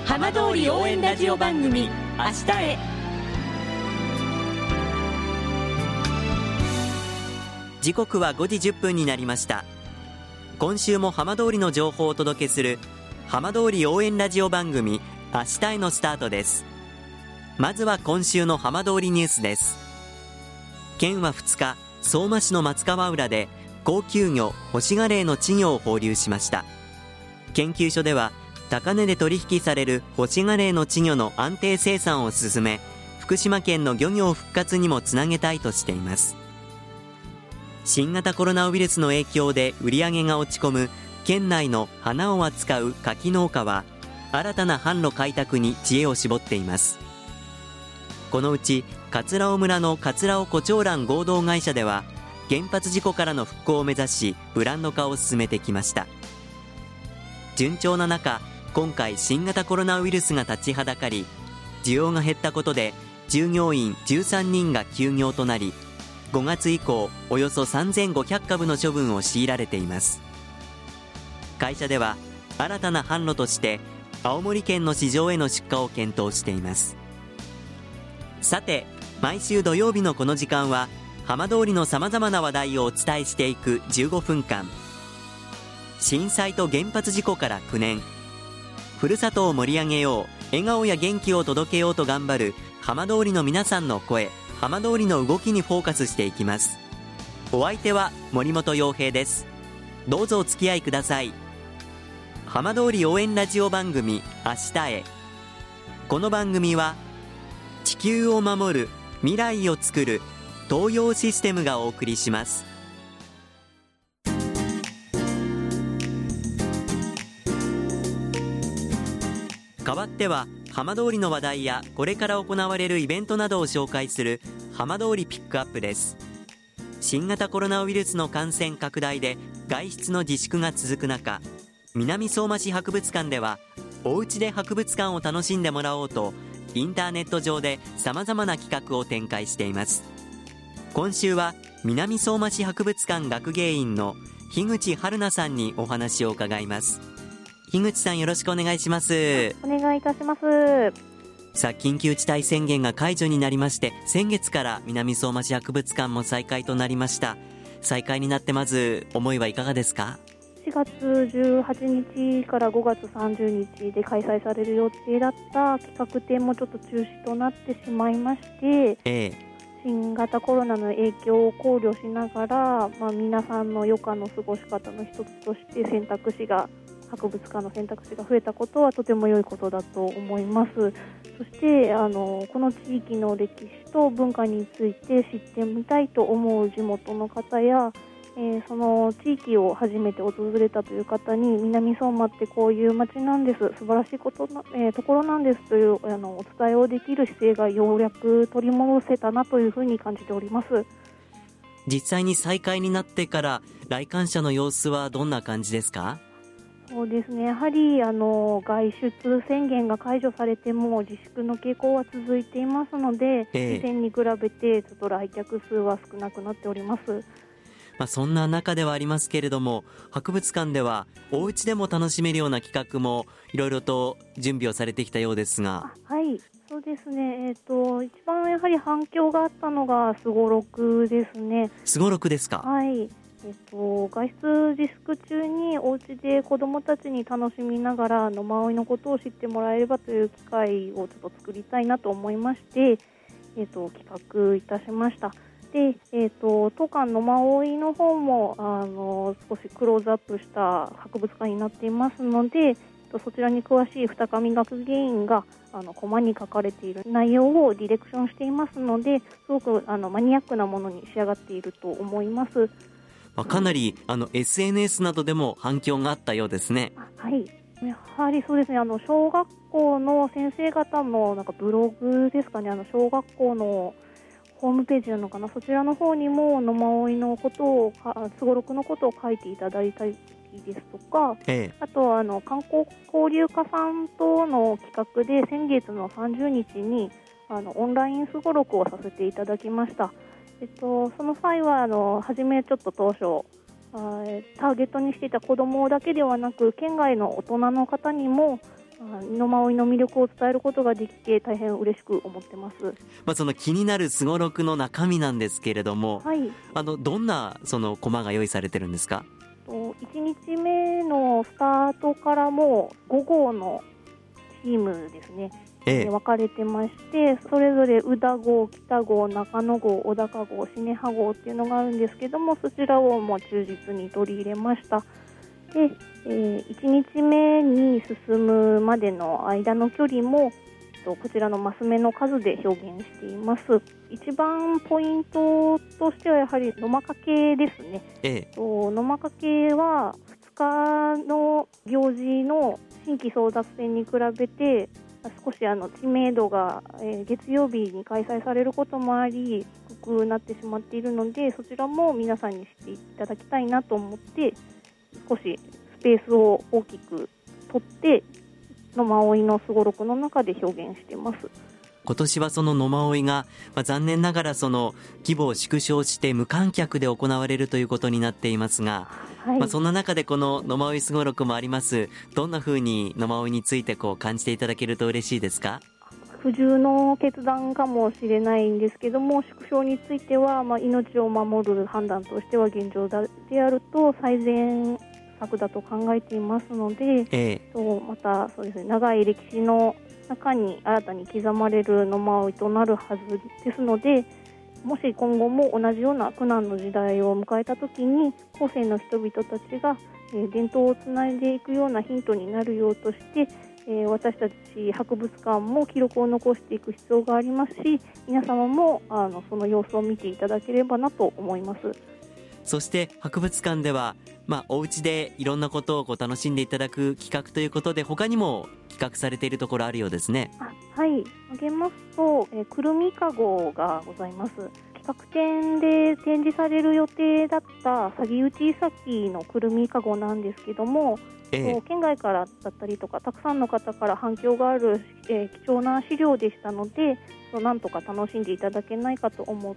浜通り応援ラジオ番組明日へ。 時刻は5時10分になりました。今週も浜通りの情報をお届けする浜通り応援ラジオ番組明日へのスタートです。まずは今週の浜通りニュースです。県は2日、相馬市の松川浦で高級魚ホシガレイの稚魚を放流しました。研究所では高値で取引されるホシガレイの稚魚の安定生産を進め、福島県の漁業復活にもつなげたいとしています。新型コロナウイルスの影響で売り上げが落ち込む県内の花を扱う柿農家は、新たな販路開拓に知恵を絞っています。このうち桂尾村の桂尾胡蝶蘭合同会社では、原発事故からの復興を目指しブランド化を進めてきました。順調な中、今回新型コロナウイルスが立ちはだかり、需要が減ったことで従業員13人が休業となり、5月以降およそ3500株の処分を強いられています。会社では新たな販路として青森県の市場への出荷を検討しています。さて、毎週土曜日のこの時間は浜通りのさまざまな話題をお伝えしていく15分間。震災と原発事故から9年、ふるさとを盛り上げよう、笑顔や元気を届けようと頑張る浜通りの皆さんの声、浜通りの動きにフォーカスしていきます。お相手は森本洋平です。どうぞお付き合いください。浜通り応援ラジオ番組明日へ。この番組は地球を守る、未来をつくる東洋システムがお送りします。代わっては浜通りの話題やこれから行われるイベントなどを紹介する浜通りピックアップです。新型コロナウイルスの感染拡大で外出の自粛が続く中、南相馬市博物館ではおうちで博物館を楽しんでもらおうと、インターネット上でさまざまな企画を展開しています。今週は南相馬市博物館学芸員の樋口春奈さんにお話を伺います。樋口さん、よろしくお願いします。 お願いいたします。 さあ、緊急事態宣言が解除になりまして、先月から南相馬市博物館も再開となりました。再開になってまず思いはいかがですか 4月18日から5月30日で開催される予定だった企画展もちょっと中止となってしまいまして、新型コロナの影響を考慮しながら、皆さんの余暇の過ごし方の一つとして博物館の選択肢が増えたことはとても良いことだと思います。そしてこの地域の歴史と文化について知ってみたいと思う地元の方や、その地域を初めて訪れたという方に、南相馬ってこういう街なんです、素晴らしいところなんですというお伝えをできる姿勢がようやく取り戻せたなというふうに感じております。 実際に再開になってから来館者の様子はどんな感じですか？ そうですね、やはり外出宣言が解除されても自粛の傾向は続いていますので、以前に比べてちょっと来客数は少なくなっております。 そんな中ではありますけれども、博物館ではお家でも楽しめるような企画もいろいろと準備をされてきたようですが。 はい、そうですね、一番やはり反響があったのがすごろくですね。 すごろくですか？ はい、外出自粛中にお家で子どもたちに楽しみながら野馬追のことを知ってもらえればという機会をちょっと作りたいなと思いまして、企画いたしました。で、当館野馬追の方も少しクローズアップした博物館になっていますので、そちらに詳しい二上学芸員がコマに書かれている内容をディレクションしていますので、すごくマニアックなものに仕上がっていると思います。 かなりSNS などでも反響があったようですね。 はい、やはりそうですね、小学校の先生方のブログですかね、小学校のホームページなのかな、そちらの方にも野馬追のことをすごろくのことを書いていただいたりですとか、あと観光交流課さんとの企画で先月の30日にオンラインすごろくをさせていただきました。その際は初めちょっと当初ターゲットにしていた子どもだけではなく、県外の大人の方にも野馬追の魅力を伝えることができて大変嬉しく思ってます。 その気になるすごろくの中身なんですけれども、 はい、 どんなそのコマが用意されてるんですか ？1日目のスタートからも5号のチームですね、分かれてまして、それぞれ宇田号、北号、中野号、小高号、シハ号っていうのがあるんですけども、そちらをもう忠実に取り入れました。で、1日目に進むまでの間の距離もこちらのマス目の数で表現しています。一番ポイントとしてはやはり野馬掛けですね。野馬掛けは2日の行事の新規争奪戦に比べて少し知名度が、月曜日に開催されることもあり低くなってしまっているので、そちらも皆さんに知っていただきたいなと思って少しスペースを大きく取って野馬追のすごろくの中で表現しています。 今年はその野馬追が、残念ながらその規模を縮小して無観客で行われるということになっていますが、はい、そんな中でこの野馬追すごろくもあります。どんな風に野馬追について感じていただけると嬉しいですか？ 苦渋の決断かもしれないんですけども、縮小については、命を守る判断としては現状であると最善策だと考えていますので、またそうですね、長い歴史の中に新たに刻まれる野馬追となるはずですので、もし今後も同じような苦難の時代を迎えたときに後世の人々たちが伝統をつないでいくようなヒントになるようとして、私たち博物館も記録を残していく必要がありますし、皆様もその様子を見ていただければなと思います。 そして博物館では、お家でいろんなことを楽しんでいただく企画ということで他にも企画されているところあるようですね。 はい、挙げますと、くるみかごがございます。企画展で展示される予定だった詐欺打ち岬のくるみかごなんですけども、県外からだったりとかたくさんの方から反響がある、貴重な資料でしたので、なんとか楽しんでいただけないかと思って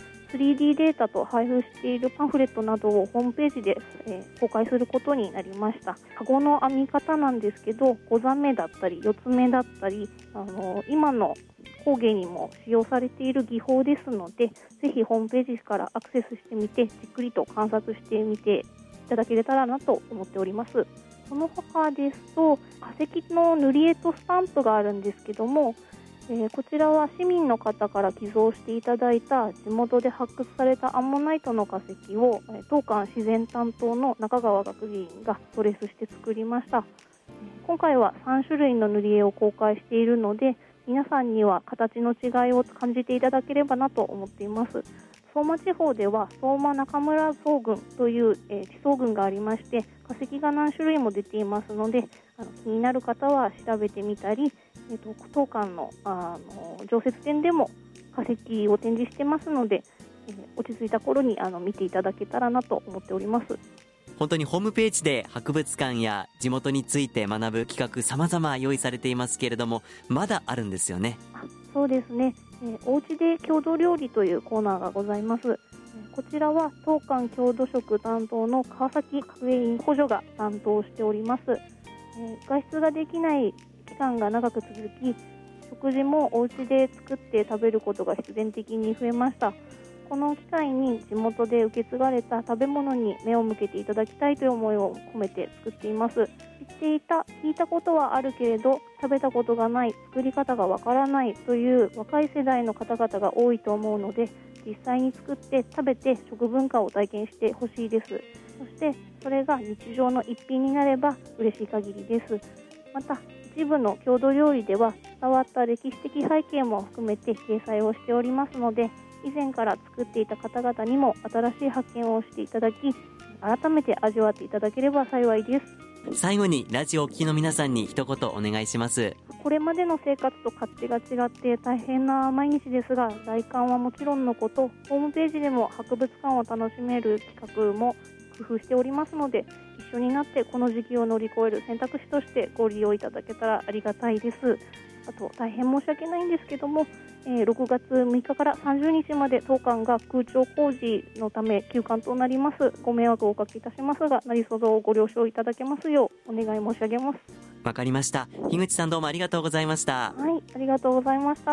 3D データと配布しているパンフレットなどをホームページで、公開することになりました。カゴの編み方なんですけど、5座目だったり4つ目だったり今の工芸にも使用されている技法ですので、ぜひホームページからアクセスしてみてじっくりと観察してみていただけたらなと思っております。その他ですと、化石の塗り絵とスタンプがあるんですけども、こちらは市民の方から寄贈していただいた地元で発掘されたアンモナイトの化石を当館自然担当の中川学芸員がトレースして作りました。今回は3種類の塗り絵を公開しているので、皆さんには形の違いを感じていただければなと思っています。相馬地方では相馬中村層群という、地層群がありまして、化石が何種類も出ていますので、気になる方は調べてみたり、当館の、常設展でも化石を展示してますので、落ち着いた頃に見ていただけたらなと思っております。 本当にホームページで博物館や地元について学ぶ企画様々用意されていますけれども、まだあるんですよね。 そうですね、おうちで郷土料理というコーナーがございます。こちらは当館郷土食担当の川崎学芸員補助が担当しております。外出ができない期間が長く続き、食事もお家で作って食べることが必然的に増えました。この機会に地元で受け継がれた食べ物に目を向けていただきたいという思いを込めて作っています。聞いたことはあるけれど食べたことがない、作り方がわからないという若い世代の方々が多いと思うので、実際に作って食べて食文化を体験してほしいです。そしてそれが日常の一品になれば嬉しい限りです。また一部の郷土料理では伝わった歴史的背景も含めて掲載をしておりますので、以前から作っていた方々にも新しい発見をしていただき、改めて味わっていただければ幸いです。 最後にラジオを聴きの皆さんに一言お願いします。 これまでの生活と勝手が違って大変な毎日ですが、来館はもちろんのこと、ホームページでも博物館を楽しめる企画も工夫しておりますので、一緒になってこの時期を乗り越える選択肢としてご利用いただけたらありがたいです。あと大変申し訳ないんですけども、6月6日から30日まで当館が空調工事のため休館となります。ご迷惑をおかけいたしますが、何卒ご了承いただけますようお願い申し上げます。 わかりました。樋口さん、どうもありがとうございました。 はい、ありがとうございました。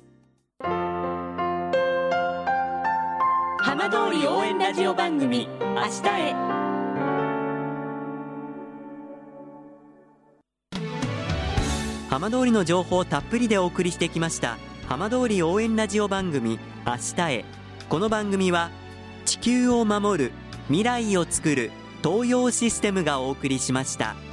浜通り応援ラジオ番組、明日へ。 浜通りの情報をたっぷりでお送りしてきました浜通り応援ラジオ番組、明日へ。この番組は地球を守る、未来をつくる東洋システムがお送りしました。